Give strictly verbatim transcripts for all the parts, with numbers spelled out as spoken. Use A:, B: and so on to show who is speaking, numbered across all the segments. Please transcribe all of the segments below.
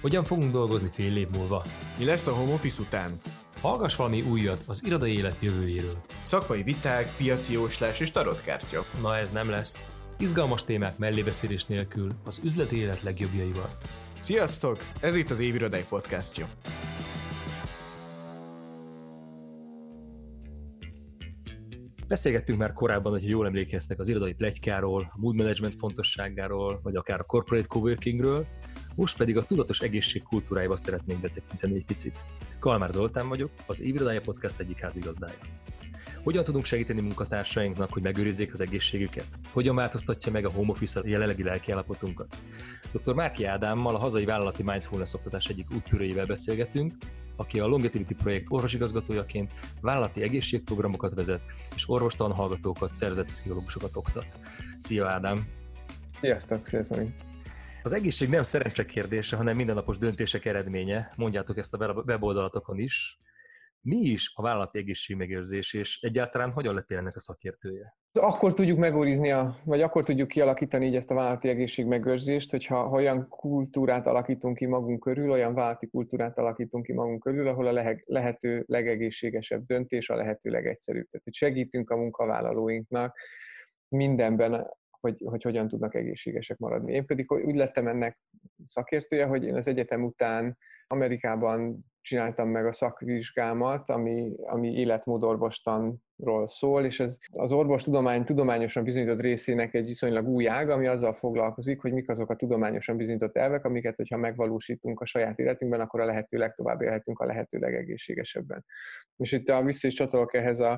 A: Hogyan fogunk dolgozni fél év múlva?
B: Mi lesz a home office után?
A: Hallgass valami újat az irodai élet jövőjéről.
B: Szakmai viták, piaci jóslás és tarotkártya.
A: Na ez nem lesz. Izgalmas témák mellébeszélés nélkül az üzleti élet legjobbjaival.
B: Sziasztok! Ez itt az Évirodai podcastja.
A: Beszélgettünk már korábban, hogy jól emlékeztek az irodai pletykáról, a mood management fontosságáról, vagy akár a corporate coworkingről, most pedig a tudatos egészség kultúrájába szeretnénk betekinteni egy picit. Kalmár Zoltán vagyok, az Évirodai Podcast egyik házigazdája. Hogyan tudunk segíteni munkatársainknak, hogy megőrizzék az egészségüket? Hogyan változtatja meg a home office a jelenlegi lelkiállapotunkat? doktor Márki Ádámmal, a hazai vállalati mindfulness oktatás egyik úttörőjével beszélgetünk, aki a Longevity projekt orvosigazgatójaként vállalati egészségprogramokat vezet, és orvostalan hallgatókat, szervezeti pszichológusokat oktat. Szia Ádám!
C: Sziasztok, sziasztok!
A: Az egészség nem szerencse kérdése, hanem mindennapos döntések eredménye, mondjátok ezt a weboldalatokon is. Mi is a vállalati egészségmegőrzés, és egyáltalán hogyan lettél ennek a szakértője?
C: Akkor tudjuk megőrizni, a, vagy akkor tudjuk kialakítani így ezt a vállalati egészségmegőrzést, hogyha olyan kultúrát alakítunk ki magunk körül, olyan vállalati kultúrát alakítunk ki magunk körül, ahol a lehető legegészségesebb döntés a lehető legegyszerűbb. Tehát, hogy segítünk a munkavállalóinknak mindenben, hogy, hogy hogyan tudnak egészségesek maradni. Én pedig úgy lettem ennek szakértője, hogy én az egyetem után Amerikában csináltam meg a szakvizsgámat, ami, ami életmódorvostanról szól, és ez az orvostudomány tudományosan bizonyított részének egy viszonylag új ág, ami azzal foglalkozik, hogy mik azok a tudományosan bizonyított elvek, amiket, hogyha megvalósítunk a saját életünkben, akkor a lehető legtovább élhetünk a lehető legegészségesebben. És itt a, vissza is csatolok ehhez, a,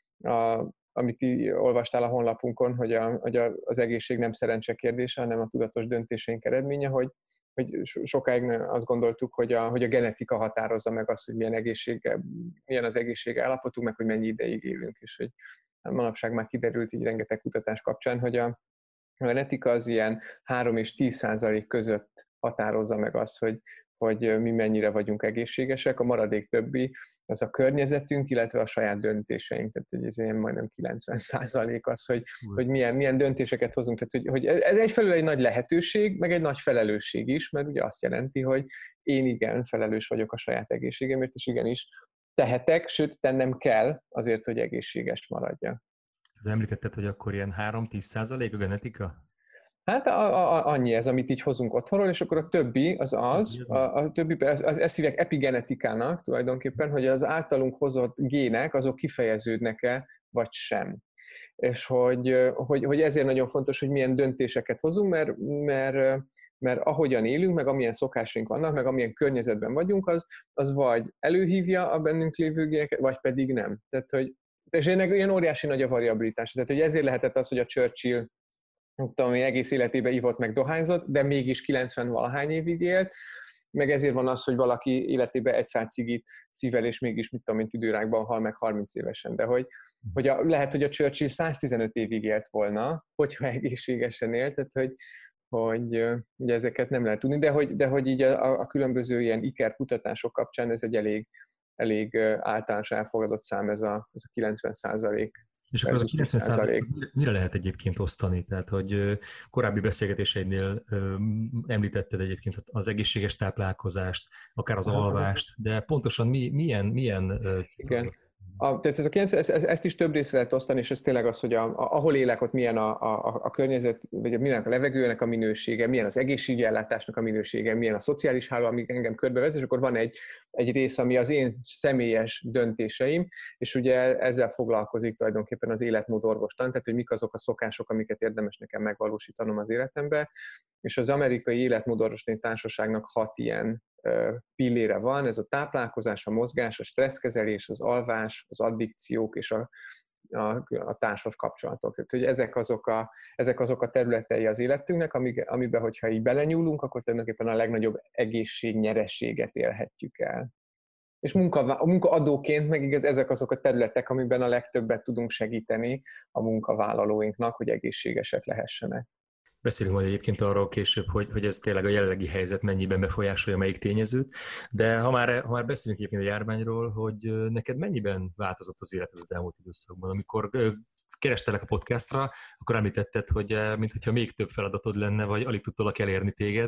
C: a, amit olvastál a honlapunkon, hogy, a, hogy a, az egészség nem szerencse kérdése, hanem a tudatos döntéseink eredménye, hogy hogy sokáig azt gondoltuk, hogy a, hogy a genetika határozza meg azt, hogy milyen, egészsége, milyen az egészség állapotunk, meg hogy mennyi ideig élünk, és hogy manapság már kiderült így rengeteg kutatás kapcsán, hogy a genetika az ilyen három és tíz százalék között határozza meg azt, hogy, hogy mi mennyire vagyunk egészségesek, a maradék többi az a környezetünk, illetve a saját döntéseink, tehát ez ilyen majdnem kilencven százalék az, hogy, hogy milyen, milyen döntéseket hozunk, tehát hogy, hogy ez egyfelől egy nagy lehetőség, meg egy nagy felelősség is, mert ugye azt jelenti, hogy én igen, felelős vagyok a saját egészségemért, és igenis tehetek, sőt tennem kell azért, hogy egészséges maradjak.
A: Az említetted, hogy akkor ilyen három-tíz százalék a genetika?
C: Hát a, a, annyi ez, amit így hozunk otthonról, és akkor a többi az az, a, a többi, ez, az, ezt hívják epigenetikának tulajdonképpen, hogy az általunk hozott gének, azok kifejeződnek-e, vagy sem. És hogy, hogy, hogy ezért nagyon fontos, hogy milyen döntéseket hozunk, mert, mert, mert ahogyan élünk, meg amilyen szokásaink vannak, meg amilyen környezetben vagyunk, az, az vagy előhívja a bennünk lévő géneket, vagy pedig nem. Tehát, hogy, és ennek ilyen óriási nagy a variabilitás. Tehát, hogy ezért lehetett az, hogy a Churchill nem tudom, hogy egész életében ivott meg dohányzott, de mégis kilencven-valahány évig élt, meg ezért van az, hogy valaki életében egy száz cigit szível, és mégis, mit tudom én, tüdőrákban hal meg harminc évesen. De hogy, hogy a, lehet, hogy a Churchill száztizenöt évig élt volna, hogyha egészségesen élt, tehát hogy, hogy ugye ezeket nem lehet tudni, de hogy, de hogy így a, a különböző ilyen ikerkutatások kapcsán ez egy elég, elég általános elfogadott szám, ez a, ez a kilencven százalék.
A: És akkor az a kilencven százalék mire lehet egyébként osztani? Tehát, hogy korábbi beszélgetéseidnél említetted egyébként az egészséges táplálkozást, akár az alvást, de pontosan mi, milyen... milyen
C: Igen. A, tehát ez a kilencven, ezt, ezt is több részre lehet osztani, és ez tényleg az, hogy a, a, ahol élek, ott milyen a, a, a környezet, vagy milyen a levegőnek a minősége, milyen az egészségügyi ellátásnak a minősége, milyen a szociális háló, ami engem körbevesz, és akkor van egy, egy rész, ami az én személyes döntéseim, és ugye ezzel foglalkozik tulajdonképpen az életmódorvostan, tehát hogy mik azok a szokások, amiket érdemes nekem megvalósítanom az életemben, és az amerikai életmódorvosi társaságnak hat ilyen pillére van, ez a táplálkozás, a mozgás, a stresszkezelés, az alvás, az addikciók és a, a, a társas kapcsolatok. Tehát, hogy ezek azok a, ezek azok a területei az életünknek, amik, amiben, hogyha így belenyúlunk, akkor tulajdonképpen a legnagyobb egészségnyerességet élhetjük el. És munka, munkaadóként meg igaz, ezek azok a területek, amiben a legtöbbet tudunk segíteni a munkavállalóinknak, hogy egészségesek lehessenek.
A: Beszélünk majd egyébként arról később, hogy, hogy ez tényleg a jelenlegi helyzet mennyiben befolyásolja melyik tényezőt, de ha már, ha már beszélünk egyébként a járványról, hogy neked mennyiben változott az életed az elmúlt időszakban, amikor kerestelek a podcastra, akkor említetted, hogy mintha még több feladatod lenne, vagy alig tudtalak elérni téged,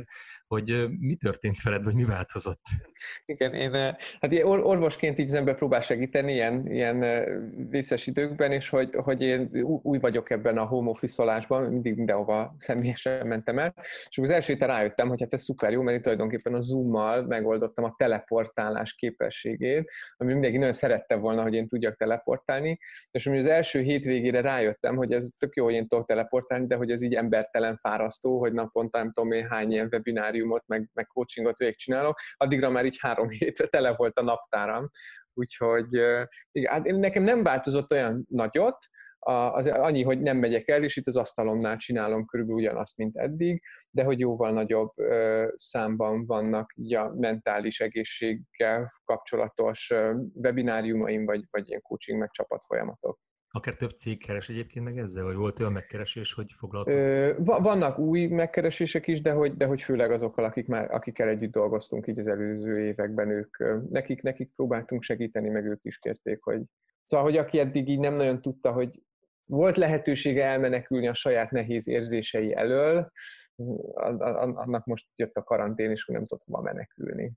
A: hogy mi történt veled, vagy mi változott?
C: Igen, én hát én orvosként így az ember próbál segíteni ilyen, ilyen vészes időkben, és hogy, hogy én új vagyok ebben a home office-olásban, mindig mindenhova személyesen mentem el, és az első héten rájöttem, hogy hát ez szuper jó, mert itt tulajdonképpen a Zoom-mal megoldottam a teleportálás képességét, ami mindenki nagyon szerette volna, hogy én tudjak teleportálni, és az első hétvégére rájöttem, hogy ez tök jó, hogy én tudok teleportálni, de hogy ez így embertelen fárasztó, hogy naponta nem tudom én hány ilyen webináriumot, meg, meg coachingot végigcsinálok, addigra már így három hétre tele volt a naptáram, úgyhogy igen, hát nekem nem változott olyan nagyot, az annyi, hogy nem megyek el, és itt az asztalomnál csinálom körülbelül ugyanazt, mint eddig, de hogy jóval nagyobb számban vannak ja, mentális egészséggel kapcsolatos webináriumaim, vagy, vagy ilyen coaching meg csapatfolyamatok.
A: Akár több cég keres egyébként meg ezzel, vagy volt olyan megkeresés, hogy foglalkoztak?
C: Vannak új megkeresések is, de hogy, de hogy főleg azokkal, akik már, akikkel együtt dolgoztunk így az előző években, ők, nekik, nekik próbáltunk segíteni, meg ők is kérték, hogy szóval, hogy aki eddig így nem nagyon tudta, hogy volt lehetősége elmenekülni a saját nehéz érzései elől, annak most jött a karantén, és nem tudott hova menekülni.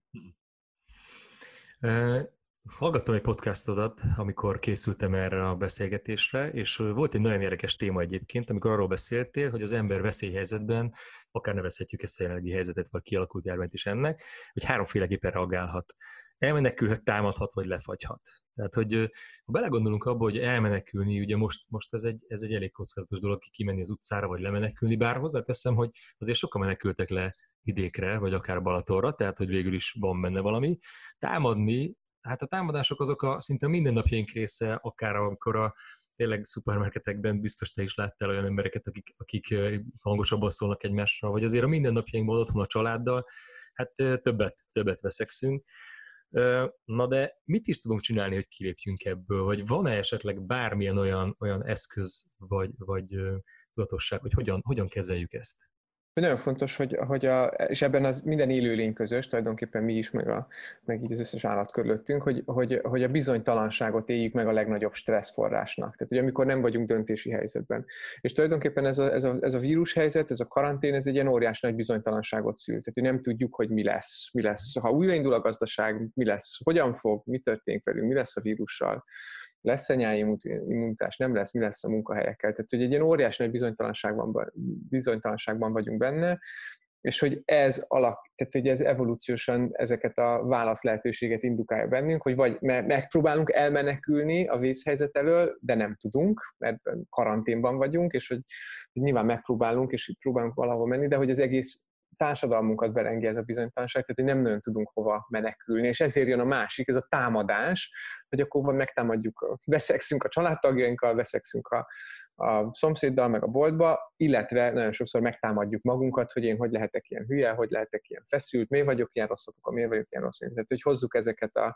A: Hallgattam egy podcastodat, amikor készültem erre a beszélgetésre, és volt egy nagyon érdekes téma egyébként, amikor arról beszéltél, hogy az ember veszélyhelyzetben, akár nevezhetjük ezt a jelenlegi helyzetet, vagy kialakult járványt is ennek, hogy háromféleképpen reagálhat. Elmenekülhet, támadhat, vagy lefagyhat. Tehát, hogy ha belegondolunk abba, hogy elmenekülni, ugye most, most ez, egy, ez egy elég kockázatos dolog, ki kimenni az utcára, vagy lemenekülni, bár hozzáteszem, hogy azért sokan menekültek le vidékre, vagy akár Balatonra, tehát, hogy végül is van benne valami. Támadni, hát a támadások azok a szinte mindennapjaink része, akár amikor a tényleg szupermarketekben biztos te is láttál olyan embereket, akik, akik hangosabban szólnak egymásra, vagy azért a mindennapjainkban otthon a családdal, hát többet, többet veszekszünk. Na de mit is tudunk csinálni, hogy kilépjünk ebből? Vagy van-e esetleg bármilyen olyan, olyan eszköz, vagy, vagy tudatosság, hogy hogyan, hogyan kezeljük ezt?
C: Nagyon fontos, hogy, hogy a, és ebben az minden élőlény közös, tulajdonképpen mi is, meg, a, meg így az összes állat körülöttünk, hogy, hogy, hogy a bizonytalanságot éljük meg a legnagyobb stresszforrásnak. Tehát, hogy amikor nem vagyunk döntési helyzetben. És tulajdonképpen ez a, ez a, ez a vírushelyzet, ez a karantén, ez egy ilyen óriás nagy bizonytalanságot szül. Tehát, hogy nem tudjuk, hogy mi lesz. Mi lesz. Ha újraindul a gazdaság, mi lesz, hogyan fog, mi történik velünk, mi lesz a vírussal. Lesz-e nyáimmunitás, nem lesz, mi lesz a munkahelyekkel. Tehát, hogy egy ilyen óriás nagy bizonytalanságban, bizonytalanságban vagyunk benne, és hogy ez alak, tehát, hogy ez evolúciósan ezeket a válasz lehetőséget indukálja bennünk, hogy vagy megpróbálunk elmenekülni a vészhelyzet elől, de nem tudunk, mert karanténban vagyunk, és hogy, hogy nyilván megpróbálunk, és próbálunk valahol menni, de hogy az egész társadalmunkat belengi ez a bizonytalanság, tehát hogy nem nagyon tudunk hova menekülni, és ezért jön a másik, ez a támadás, hogy akkor megtámadjuk, veszekszünk a családtagjainkkal, veszekszünk a, a szomszéddal, meg a boltba, illetve nagyon sokszor megtámadjuk magunkat, hogy én hogy lehetek ilyen hülye, hogy lehetek ilyen feszült, miért vagyok ilyen rossz, akkor miért vagyok ilyen rossz. Tehát, hogy hozzuk ezeket a,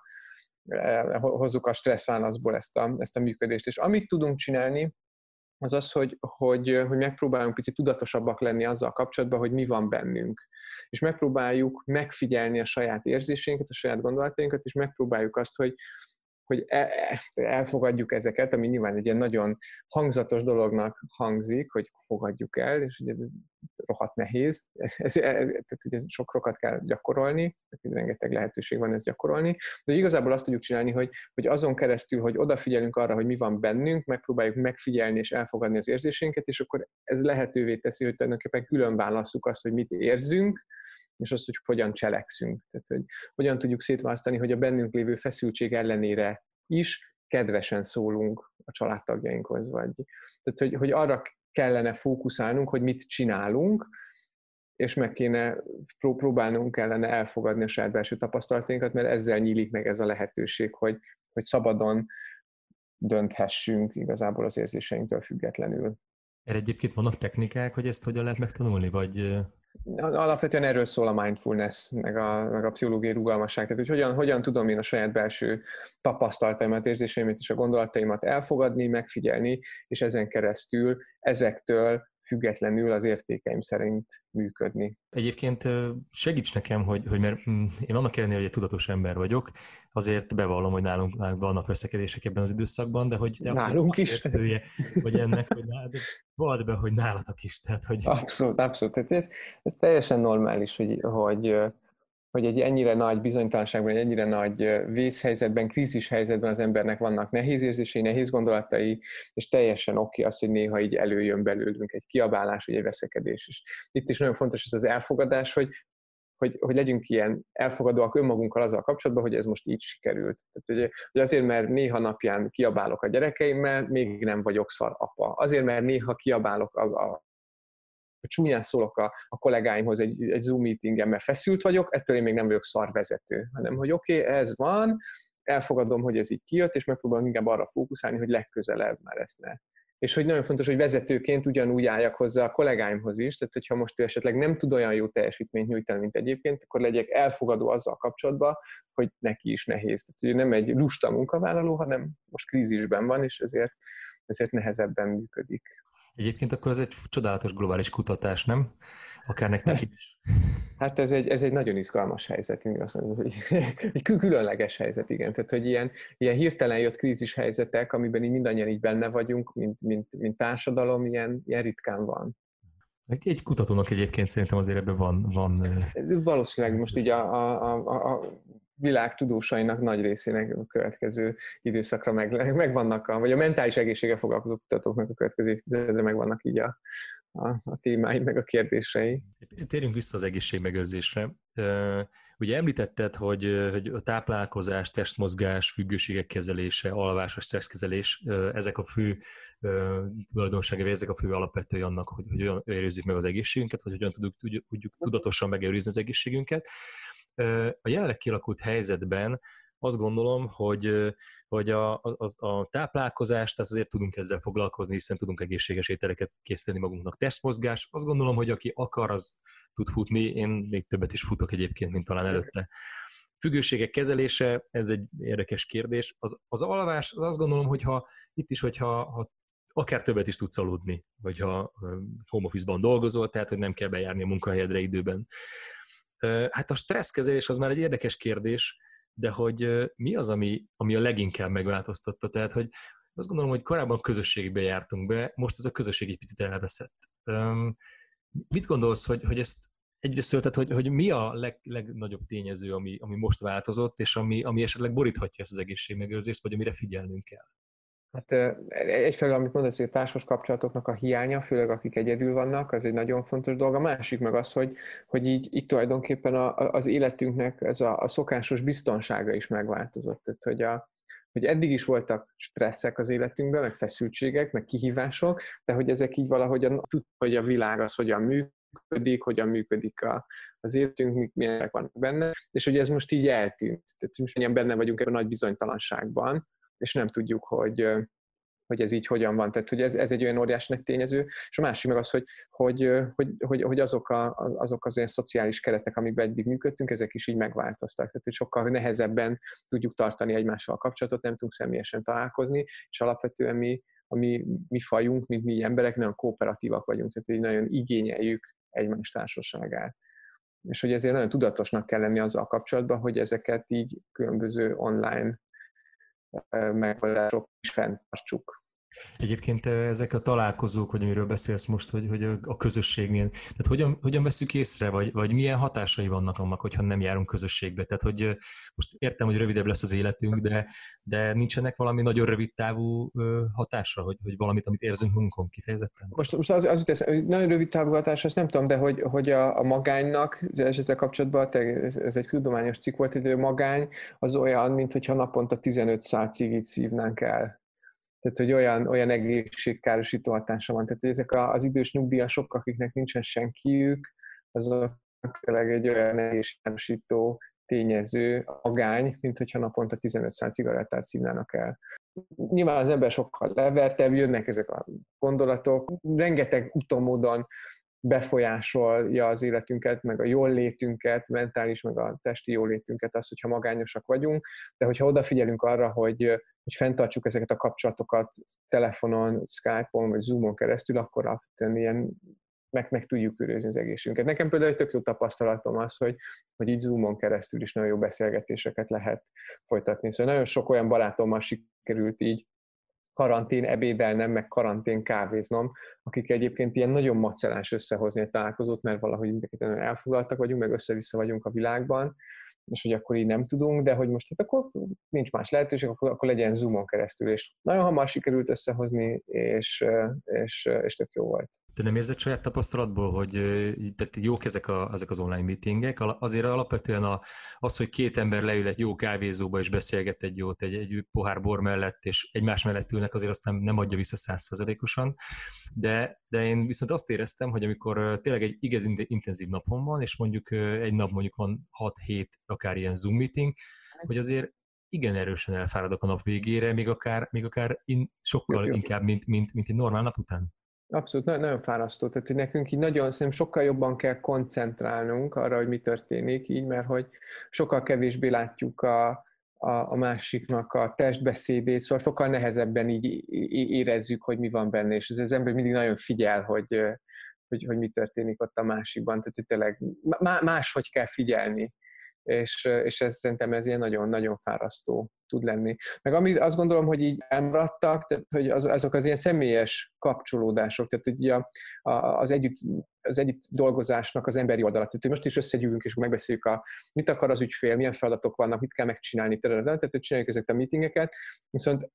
C: hozzuk a stresszválaszból ezt a, ezt a működést. És amit tudunk csinálni, az az, hogy, hogy, hogy megpróbálunk picit tudatosabbak lenni azzal kapcsolatban, hogy mi van bennünk. És megpróbáljuk megfigyelni a saját érzéseinket, a saját gondolatainkat, és megpróbáljuk azt, hogy, hogy elfogadjuk ezeket, ami nyilván egy ilyen nagyon hangzatos dolognak hangzik, hogy fogadjuk el, és ugye rohadt nehéz. Ez, ez, tehát ugye sokrokat kell gyakorolni, rengeteg lehetőség van ezt gyakorolni, de igazából azt tudjuk csinálni, hogy, hogy azon keresztül, hogy odafigyelünk arra, hogy mi van bennünk, megpróbáljuk megfigyelni és elfogadni az érzéseinket, és akkor ez lehetővé teszi, hogy tulajdonképpen külön válasszuk azt, hogy mit érzünk, és azt, hogy hogyan cselekszünk. Tehát, hogy hogyan tudjuk szétválasztani, hogy a bennünk lévő feszültség ellenére is kedvesen szólunk a családtagjainkhoz. Vagy. Tehát, hogy, hogy arra kellene fókuszálnunk, hogy mit csinálunk, és meg kéne, próbálnunk kellene elfogadni a saját belső tapasztalatainkat, mert ezzel nyílik meg ez a lehetőség, hogy, hogy szabadon dönthessünk igazából az érzéseinktől függetlenül.
A: Erre egyébként vannak technikák, hogy ezt hogyan lehet megtanulni, vagy...
C: Alapvetően erről szól a mindfulness, meg a, meg a pszichológiai rugalmasság. Tehát, hogy hogyan, hogyan tudom én a saját belső tapasztalataimat, érzéseimet és a gondolataimat elfogadni, megfigyelni, és ezen keresztül ezektől függetlenül az értékeim szerint működni.
A: Egyébként segíts nekem, hogy, hogy mert én annak ellenére, hogy egy tudatos ember vagyok, azért bevallom, hogy nálunk, nálunk vannak veszekedések ebben az időszakban, de hogy te
C: nálunk is
A: értője, vagy ennek, hogy nálad, vald be, hogy nálatok is. Tehát, hogy...
C: Abszolút, abszolút. Tehát ez, ez teljesen normális, hogy, hogy, hogy egy ennyire nagy bizonytalanságban, egy ennyire nagy vészhelyzetben, krízis helyzetben az embernek vannak nehéz érzései, nehéz gondolatai, és teljesen oké az, hogy néha így előjön belőlünk egy kiabálás, vagy egy veszekedés is. Itt is nagyon fontos ez az elfogadás, hogy, hogy, hogy legyünk ilyen elfogadóak önmagunkkal azzal kapcsolatban, hogy ez most így sikerült. Tehát, hogy, hogy azért, mert néha napján kiabálok a gyerekeimmel, még nem vagyok szar apa. Azért, mert néha kiabálok a, a csúnyán szólok a, a kollégáimhoz egy, egy Zoom meetingen, mert feszült vagyok, ettől én még nem vagyok szarvezető, hanem hogy oké, okay, ez van, elfogadom, hogy ez így kijött, és megpróbálom inkább arra fókuszálni, hogy legközelebb már ezt ne. És hogy nagyon fontos, hogy vezetőként ugyanúgy álljak hozzá a kollégáimhoz is, tehát hogyha most ő esetleg nem tud olyan jó teljesítményt nyújtani, mint egyébként, akkor legyek elfogadó azzal kapcsolatban, hogy neki is nehéz. Tehát hogy nem egy lusta munkavállaló, hanem most krízisben van, és ezért, ezért nehezebben működik.
A: Egyébként akkor ez egy csodálatos globális kutatás, nem? Akár nektek is.
C: Hát ez egy, ez egy nagyon izgalmas helyzet, ez egy, egy különleges helyzet, igen. Tehát, hogy ilyen, ilyen hirtelen jött krízis helyzetek, amiben így mindannyian így benne vagyunk, mint, mint, mint társadalom, ilyen, ilyen ritkán van.
A: Egy kutatónak egyébként szerintem azért ebben van... van
C: ez valószínűleg most így a, a, a, a világ tudósainak nagy részének a következő időszakra meg, megvannak, a, vagy a mentális egészséggel foglalkozó kutatóknak a következő évtizedre megvannak így a, a, a témái, meg a kérdései.
A: Picit térjünk vissza az egészségmegőrzésre. Ugye említetted, hogy, hogy a táplálkozás, testmozgás, függőségek kezelése, alvás, a stresszkezelés, ezek a fő tulajdonságai, vagy ezek a fő alapvetői annak, hogy, hogy olyan érezzük meg az egészségünket, vagy hogyan tudjuk, tudjuk, tudjuk tudatosan megőrizni az egészségünket. A jelenleg kialakult helyzetben azt gondolom, hogy, hogy a, a, a táplálkozás, tehát azért tudunk ezzel foglalkozni, hiszen tudunk egészséges ételeket készíteni magunknak. Testmozgás, azt gondolom, hogy aki akar, az tud futni, én még többet is futok egyébként, mint talán előtte. Függőségek kezelése, ez egy érdekes kérdés. Az, az alvás, az azt gondolom, hogy ha itt is, hogyha ha akár többet is tudsz aludni, vagy ha home office-ban dolgozol, tehát hogy nem kell bejárni a munkahelyedre időben. Hát a stresszkezelés az már egy érdekes kérdés, de hogy mi az, ami, ami a leginkább megváltoztatta? Tehát, hogy azt gondolom, hogy korábban közösségbe jártunk be, most ez a közösség egy picit elveszett. Mit gondolsz, hogy, hogy ezt egyrészt szóltad, hogy, hogy mi a leg, legnagyobb tényező, ami, ami most változott, és ami, ami esetleg boríthatja ezt az egészségmegőrzést, vagy amire figyelnünk kell?
C: Hát egyfelől, amit mondasz, hogy a társas kapcsolatoknak a hiánya, főleg akik egyedül vannak, az egy nagyon fontos dolog. A másik meg az, hogy, hogy így, így tulajdonképpen a, az életünknek ez a, a szokásos biztonsága is megváltozott. Tehát, hogy, a, hogy eddig is voltak stresszek az életünkben, meg feszültségek, meg kihívások, de hogy ezek így valahogyan tud, hogy a világ az hogyan működik, hogyan működik a, az életünk, milyenek vannak benne, és hogy ez most így eltűnt. Tehát most ilyen benne vagyunk ebben a nagy bizonytalanságban, és nem tudjuk, hogy, hogy ez így hogyan van. Tehát, hogy ez, ez egy olyan óriási nagy tényező. És a másik meg az, hogy, hogy, hogy, hogy, hogy azok, a, azok az olyan szociális keretek, amikben eddig működtünk, ezek is így megváltoztak. Tehát, hogy sokkal nehezebben tudjuk tartani egymással a kapcsolatot, nem tudunk személyesen találkozni, és alapvetően mi, a mi, mi fajunk, mint mi emberek, nagyon kooperatívak vagyunk, tehát, hogy nagyon igényeljük egymás társaságát. És hogy ezért nagyon tudatosnak kell lenni azzal kapcsolatban, hogy ezeket így különböző online megoldások is fenntartsuk.
A: Egyébként ezek a találkozók, vagy amiről beszélsz most, hogy, hogy a közösség milyen, tehát hogyan, hogyan veszük észre, vagy, vagy milyen hatásai vannak annak, hogyha nem járunk közösségbe? Tehát, hogy most értem, hogy rövidebb lesz az életünk, de, de nincsenek valami nagyon rövid távú hatása, hogy, hogy valamit, amit érzünk magunkon kifejezetten?
C: Most, most az, az az nagyon rövid távú hatás, azt nem tudom, de hogy, hogy a, a magánynak, és ezzel kapcsolatban ez, ez egy tudományos cikk volt, hogy a magány az olyan, mintha naponta tizenöt szál cigit szívnánk el. Tehát, hogy olyan, olyan egészségkárosító hatása van. Tehát, hogy ezek az idős nyugdíjasok, akiknek nincsen senkiük, azok tényleg egy olyan egészségkárosító tényező, magány, mint hogyha naponta tizenöt szál cigarettát szívnának el. Nyilván az ember sokkal levertebb, jönnek ezek a gondolatok, rengeteg utómódon befolyásolja az életünket, meg a jól létünket, mentális, meg a testi jól létünket az, hogyha magányosak vagyunk, de hogyha odafigyelünk arra, hogy, hogy fenntartsuk ezeket a kapcsolatokat telefonon, Skype-on vagy Zoom-on keresztül, akkor alapvetően ilyen meg, meg tudjuk őrizni az egészségünket. Nekem például egy tök jó tapasztalatom az, hogy, hogy így Zoom-on keresztül is nagyon jó beszélgetéseket lehet folytatni. Szóval nagyon sok olyan barátommal sikerült így karantén ebédelnem, meg karantén kávéznom, akik egyébként ilyen nagyon macerás összehozni a találkozót, mert valahogy mindenkit nagyon elfoglaltak vagyunk, meg össze-vissza vagyunk a világban, és hogy akkor így nem tudunk, de hogy most hát akkor nincs más lehetőség, akkor, akkor legyen Zoom-on keresztül, és nagyon hamar sikerült összehozni, és, és, és tök jó volt.
A: Te nem érzed saját tapasztalatból, hogy tehát jók ezek, a, ezek az online meetingek? Azért alapvetően a, az, hogy két ember leül egy jó kávézóba és beszélget egy jót, egy, egy pohár bor mellett, és egymás mellett ülnek, azért azt nem, nem adja vissza száz százalékosan. De, de én viszont azt éreztem, hogy amikor tényleg egy igaz intenzív napon van, és mondjuk egy nap mondjuk van hat-hét akár ilyen Zoom meeting, hogy azért igen erősen elfáradok a nap végére, még akár, még akár in, sokkal jó, inkább, mint, mint, mint egy normál nap után.
C: Abszolút, nagyon fárasztó. Tehát, hogy nekünk így nagyon, szerintem sokkal jobban kell koncentrálnunk arra, hogy mi történik így, mert hogy sokkal kevésbé látjuk a, a, a másiknak a testbeszédét, szóval sokkal nehezebben így érezzük, hogy mi van benne, és ez az ember mindig nagyon figyel, hogy, hogy, hogy mi történik ott a másikban. Tehát, hogy tényleg máshogy kell figyelni. És, és ez szerintem ez ilyen nagyon-nagyon fárasztó tud lenni. Meg amit azt gondolom, hogy így elmaradtak, tehát, hogy az, azok az ilyen személyes kapcsolódások, tehát ugye a, a, az, együtt, az együtt dolgozásnak az emberi oldala. Tehát hogy most is összegyűlünk és megbeszéljük, a, mit akar az ügyfél, milyen feladatok vannak, mit kell megcsinálni, tehát hogy csináljuk ezeket a meetingeket, viszont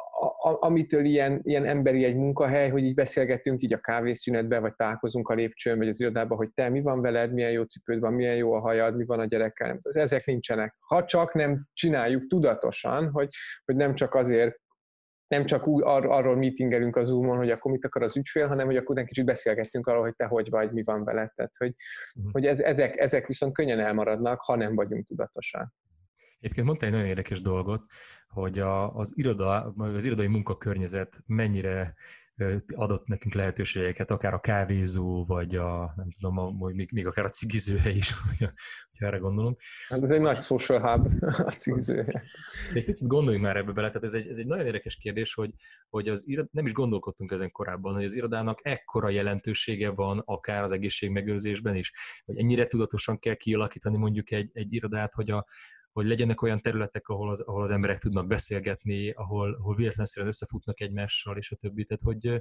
C: A, a, amitől ilyen, ilyen emberi egy munkahely, hogy így beszélgetünk így a kávészünetben, vagy találkozunk a lépcsőn, vagy az irodában, hogy te mi van veled, milyen jó cipőd van, milyen jó a hajad, mi van a gyerekkel, nem tudom, ezek nincsenek. Ha csak nem csináljuk tudatosan, hogy, hogy nem csak azért, nem csak úgy ar, arról meetingelünk a Zoomon, hogy akkor mit akar az ügyfél, hanem hogy akkor egy kicsit beszélgettünk arról, hogy te hogy vagy, mi van veled. Tehát, hogy, uh-huh. hogy ez, ezek, ezek viszont könnyen elmaradnak, ha nem vagyunk tudatosan.
A: Egyébként mondtál egy nagyon érdekes dolgot, hogy a, az, iroda, az irodai munkakörnyezet mennyire adott nekünk lehetőségeket, akár a kávézó, vagy a, nem tudom, a, még, még akár a cigizőhely is, hogyha, hogyha erre gondolunk.
C: Hát ez egy nagy social hub, a cigizőhely.
A: Egy picit gondoljunk már ebbe bele, tehát ez egy, ez egy nagyon érdekes kérdés, hogy, hogy az irod, nem is gondolkodtunk ezen korábban, hogy az irodának ekkora jelentősége van, akár az egészségmegőrzésben is, hogy ennyire tudatosan kell kialakítani mondjuk egy, egy irodát, hogy a hogy legyenek olyan területek, ahol az, ahol az emberek tudnak beszélgetni, ahol, ahol véletlenszerűen összefutnak egymással, és a többi. Tehát, hogy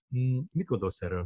A: mit gondolsz erről?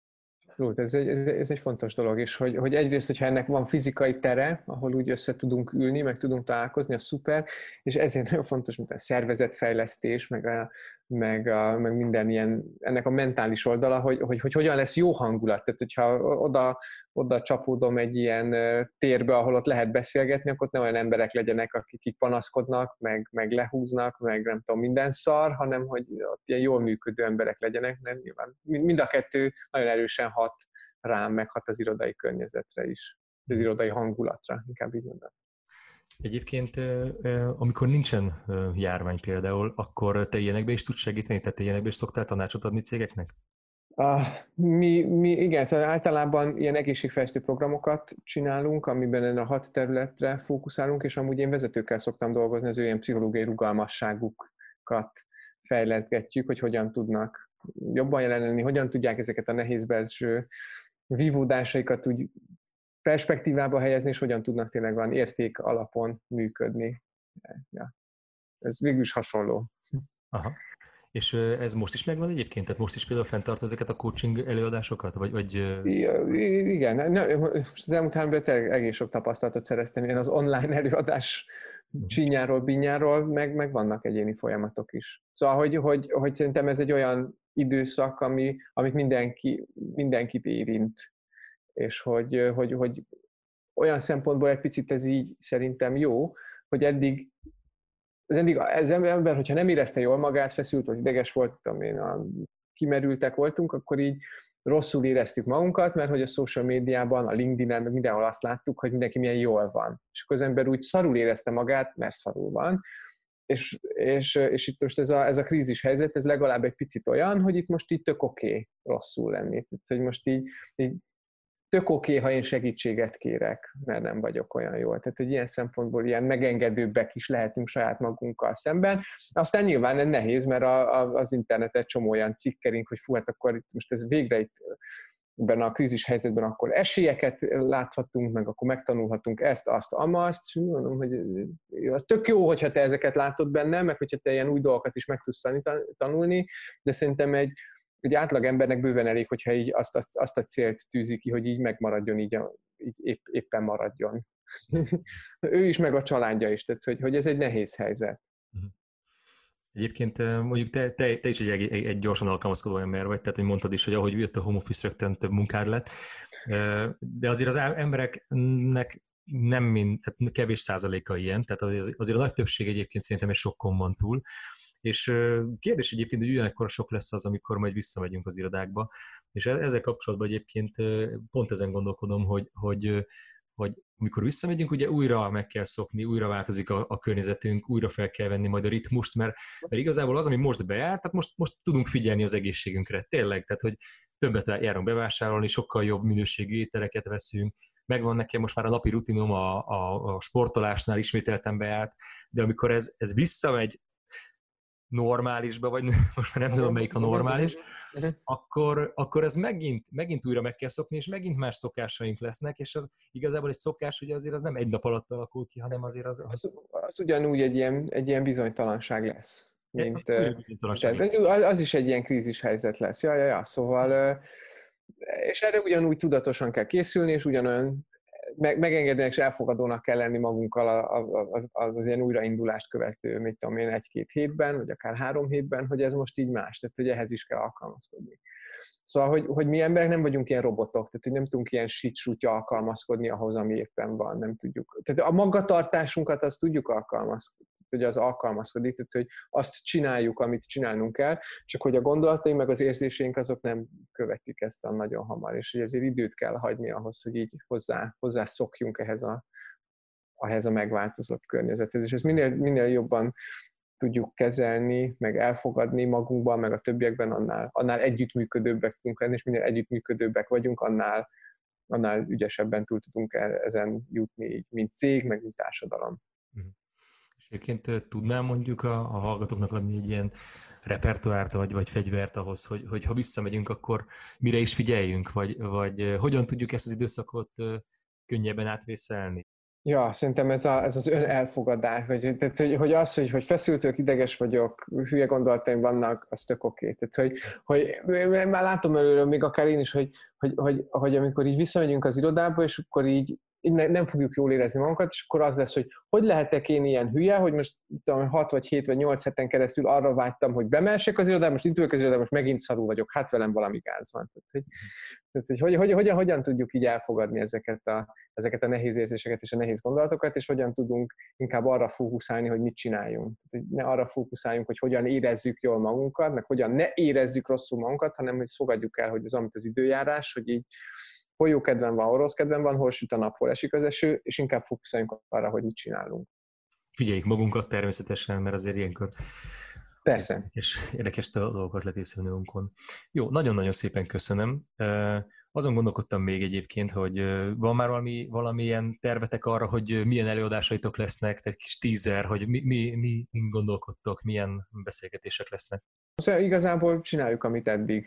C: Ez egy, ez, ez egy fontos dolog, és hogy, hogy egyrészt, hogyha ennek van fizikai tere, ahol úgy össze tudunk ülni, meg tudunk találkozni, az szuper, és ezért nagyon fontos, mint a szervezetfejlesztés, meg, a, meg, a, meg minden ilyen, ennek a mentális oldala, hogy, hogy, hogy hogyan lesz jó hangulat. Tehát, hogyha oda, oda csapódom egy ilyen térbe, ahol ott lehet beszélgetni, akkor ott nem olyan emberek legyenek, akik így panaszkodnak, meg, meg lehúznak, meg nem tudom, minden szar, hanem hogy ott ilyen jól működő emberek legyenek, mert nyilván mind a kettő nagyon erősen hat rám, meg hat az irodai környezetre is, az irodai hangulatra, inkább így mondom.
A: Egyébként, amikor nincsen járvány például, akkor te ilyenekbe is tudsz segíteni? Tehát te ilyenekbe is szoktál tanácsot adni cégeknek?
C: Uh, mi, mi, igen, szóval általában ilyen egészségfejlesztő programokat csinálunk, amiben a hat területre fókuszálunk, és amúgy én vezetőkkel szoktam dolgozni, az ő ilyen pszichológiai rugalmasságukat fejlesztgetjük, hogy hogyan tudnak jobban jelenni, hogyan tudják ezeket a nehéz belső vívódásaikat úgy perspektívába helyezni, és hogyan tudnak tényleg van érték alapon működni. Ja. Ez végül is hasonló.
A: Aha. És ez most is megvan egyébként? Tehát most is például fenntart ezeket a coaching előadásokat? Vagy, vagy...
C: Ja, igen, most az elmúlt három évben egész sok tapasztalatot szereztem én az online előadás csínyáról, bínyáról, meg, meg vannak egyéni folyamatok is. Szóval, hogy, hogy, hogy szerintem ez egy olyan időszak, ami, amit mindenki, mindenkit érint, és hogy, hogy, hogy olyan szempontból egy picit ez így szerintem jó, hogy eddig az eddig az ember, hogyha nem érezte jól magát, feszült vagy ideges volt, tudom én, a, kimerültek voltunk, akkor így rosszul éreztük magunkat, mert hogy a social médiában, a LinkedIn-en, meg mindenhol azt láttuk, hogy mindenki milyen jól van. És akkor az ember úgy szarul érezte magát, mert szarul van, és, és, és itt most ez a, ez a krízis helyzet, ez legalább egy picit olyan, hogy itt most így tök oké okay rosszul lenni. Tehát, hogy most így, így tök oké, okay, ha én segítséget kérek, mert nem vagyok olyan jól. Tehát, hogy ilyen szempontból ilyen megengedőbbek is lehetünk saját magunkkal szemben. Aztán nyilván ez nehéz, mert a, a, az internetet csomó olyan cikkerünk, hogy fú, hát akkor itt most ez végre itt ebben a krízis helyzetben akkor esélyeket láthatunk, meg akkor megtanulhatunk ezt, azt, amazt, és mondom, hogy az tök jó, hogyha te ezeket látod benne, meg hogyha te ilyen új dolgokat is meg tudsz tanulni, de szerintem egy, egy átlag embernek bőven elég, hogyha így azt, azt, azt a célt tűzi ki, hogy így megmaradjon, így, a, így épp, éppen maradjon. Ő is, meg a családja is, tehát hogy, hogy ez egy nehéz helyzet.
A: Egyébként mondjuk te, te, te is egy, egy, egy gyorsan alkalmazkodó ember vagy, tehát hogy mondtad is, hogy ahogy jött a home office, rögtön több munkád lett, de azért az embereknek nem mind, tehát kevés százaléka ilyen, tehát azért, azért a nagy többség egyébként szerintem egy sokkon van túl, és kérdés egyébként, hogy ugyanekkor sok lesz az, amikor majd visszamegyünk az irodákba, és ezzel kapcsolatban egyébként pont ezen gondolkodom, hogy, hogy hogy amikor visszamegyünk, ugye újra meg kell szokni, újra változik a, a környezetünk, újra fel kell venni majd a ritmust, mert, mert igazából az, ami most bejárt, tehát most, most tudunk figyelni az egészségünkre, tényleg, tehát hogy többet járunk bevásárolni, sokkal jobb minőségű ételeket veszünk, megvan nekem most már a napi rutinom a, a, a sportolásnál ismételten bejárt, de amikor ez, ez visszamegy normálisba, vagy most már nem tudom, melyik a normális, akkor, akkor ez megint, megint újra meg kell szokni, és megint más szokásaink lesznek, és az igazából egy szokás, ugye azért az nem egy nap alatt alakul ki, hanem azért az...
C: Az, az ugyanúgy egy ilyen, egy ilyen bizonytalanság lesz. Mint,
A: az, bizonytalanság
C: ez, az, az is egy ilyen krízis helyzet lesz. Ja, ja, ja, szóval... És erre ugyanúgy tudatosan kell készülni, és ugyanolyan meg, megengedőnek és elfogadónak kell lenni magunkkal az, az, az ilyen újraindulást követő, mit tudom én, egy-két hétben, vagy akár három hétben, hogy ez most így más, tehát hogy ehhez is kell alkalmazkodni. Szóval, hogy, hogy mi emberek nem vagyunk ilyen robotok, tehát hogy nem tudunk ilyen sit-sutya alkalmazkodni ahhoz, ami éppen van, nem tudjuk. Tehát a magatartásunkat azt tudjuk alkalmazkodni, hogy az alkalmazkodik, tehát hogy azt csináljuk, amit csinálnunk kell, csak hogy a gondolataink meg az érzéseink azok nem követik ezt a nagyon hamar, és hogy ezért időt kell hagyni ahhoz, hogy így hozzá, hozzászokjunk ehhez a, ehhez a megváltozott környezethez, és ezt minél, minél jobban tudjuk kezelni, meg elfogadni magunkban, meg a többiekben, annál, annál együttműködőbbek tudunk lenni, és minél együttműködőbbek vagyunk, annál, annál ügyesebben túl tudunk ezen jutni, mint cég, meg mint társadalom.
A: És egyébként tudnám mondjuk a, a hallgatóknak adni egy ilyen repertoárt, vagy, vagy fegyvert ahhoz, hogy, hogy ha visszamegyünk, akkor mire is figyeljünk, vagy, vagy hogyan tudjuk ezt az időszakot könnyebben átvészelni?
C: Ja, szerintem ez, a, ez az önelfogadás, hogy, tehát, hogy, hogy az, hogy, hogy feszültök, ideges vagyok, hülye gondolataim vannak, az tök oké. Tehát, hogy, hogy már látom előről, még akár én is, hogy, hogy, hogy, hogy amikor így visszamegyünk az irodába, és akkor így nem fogjuk jól érezni magunkat, és akkor az lesz, hogy hogy lehetek én ilyen hülye, hogy most tudom, hat vagy hét vagy nyolc heten keresztül arra vágytam, hogy bemelsek az irodába, most itt ülök az irodába, most megint szarul vagyok, hát velem valami gáz van. Tehát, hogy, tehát, hogy, hogy, hogy hogyan, hogyan tudjuk így elfogadni ezeket a, ezeket a nehéz érzéseket és a nehéz gondolatokat, és hogyan tudunk inkább arra fókuszálni, hogy mit csináljunk. Tehát, hogy ne arra fókuszáljunk, hogy hogyan érezzük jól magunkat, meg hogyan ne érezzük rosszul magunkat, hanem hogy fogadjuk el, hogy ez amit az időjárás, hogy így hol jó kedven van, hol rossz kedven van, hol süt a nap, hol esik az eső, és inkább fókuszáljunk arra, hogy mit csinálunk.
A: Figyeljük magunkat természetesen, mert azért ilyenkor
C: Persze.
A: És érdekes dolgokat lehet észrevenni magunkon. Jó, nagyon-nagyon szépen köszönöm. Azon gondolkodtam még egyébként, hogy van már valami, valamilyen tervetek arra, hogy milyen előadásaitok lesznek, egy kis teaser, hogy mi, mi, mi, mi gondolkodtok, milyen beszélgetések lesznek.
C: Szóval igazából csináljuk, amit eddig.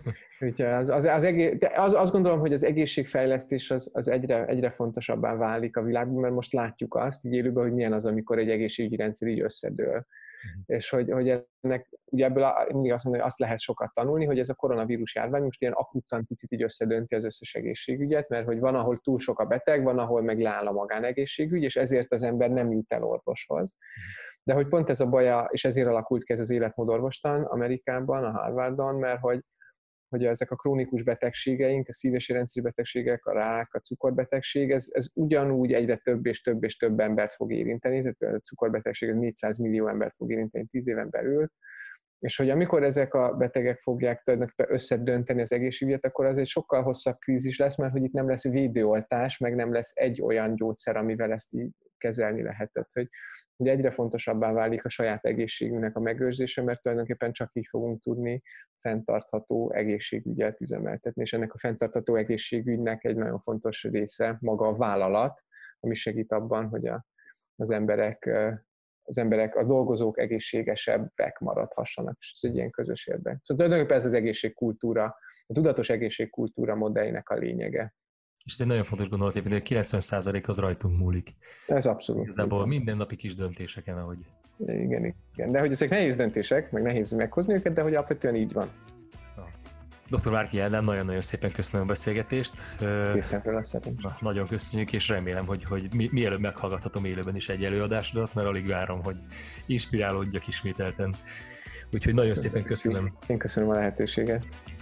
C: az, az, az egész, az, azt gondolom, hogy az egészségfejlesztés az, az egyre, egyre fontosabbá válik a világban, mert most látjuk azt így élőben, hogy milyen az, amikor egy egészségügyi rendszer így összedől. Uh-huh. És hogy, hogy ennek, ugye ebből a, mindig azt mondom, hogy azt lehet sokat tanulni, hogy ez a koronavírus járvány most ilyen akuttan picit így összedönti az összes egészségügyet, mert hogy van, ahol túl sok a beteg, van, ahol meg leáll a magánegészségügy, és ezért az ember nem jut el orvoshoz. Uh-huh. De hogy pont ez a baja, és ezért alakult ki ez az életmódorvostan Amerikában, a Harvardon, mert hogy, hogy ezek a krónikus betegségeink, a szív- és érrendszeri betegségek, a rák, a cukorbetegség, ez, ez ugyanúgy egyre több és több és több embert fog érinteni, tehát a cukorbetegség négyszáz millió embert fog érinteni tíz éven belül, és hogy amikor ezek a betegek fogják összedönteni az egészségügyet, akkor az egy sokkal hosszabb krízis lesz, mert hogy itt nem lesz védőoltás, meg nem lesz egy olyan gyógyszer, amivel ezt így kezelni lehetett, hogy, hogy egyre fontosabbá válik a saját egészségünknek a megőrzése, mert tulajdonképpen csak így fogunk tudni fenntartható egészségügyet üzemeltetni, és ennek a fenntartható egészségügynek egy nagyon fontos része maga a vállalat, ami segít abban, hogy a, az emberek, az emberek, a dolgozók egészségesebbek maradhassanak, és ez egy ilyen közös érdek. Szóval tulajdonképpen ez az egészségkultúra, a tudatos egészségkultúra modelljének a lényege.
A: És ez egy nagyon fontos gondolat, hogy kilencven százalék az rajtunk múlik.
C: Ez abszolút.
A: Igazából mindennapi kis döntéseken, ahogy...
C: Igen, igen. De hogy ezek nehéz döntések, meg nehéz meghozni őket, de hogy alapvetően így van.
A: doktor Várki Ádám, nagyon-nagyon szépen köszönöm a beszélgetést.
C: Készenről lesz szerintem.
A: Nagyon köszönjük, és remélem, hogy, hogy mi, mielőbb meghallgathatom élőben is egy előadásodat, mert alig várom, hogy inspirálódjak ismételten. Úgyhogy nagyon szépen köszönöm.
C: Én köszönöm a lehetőséget.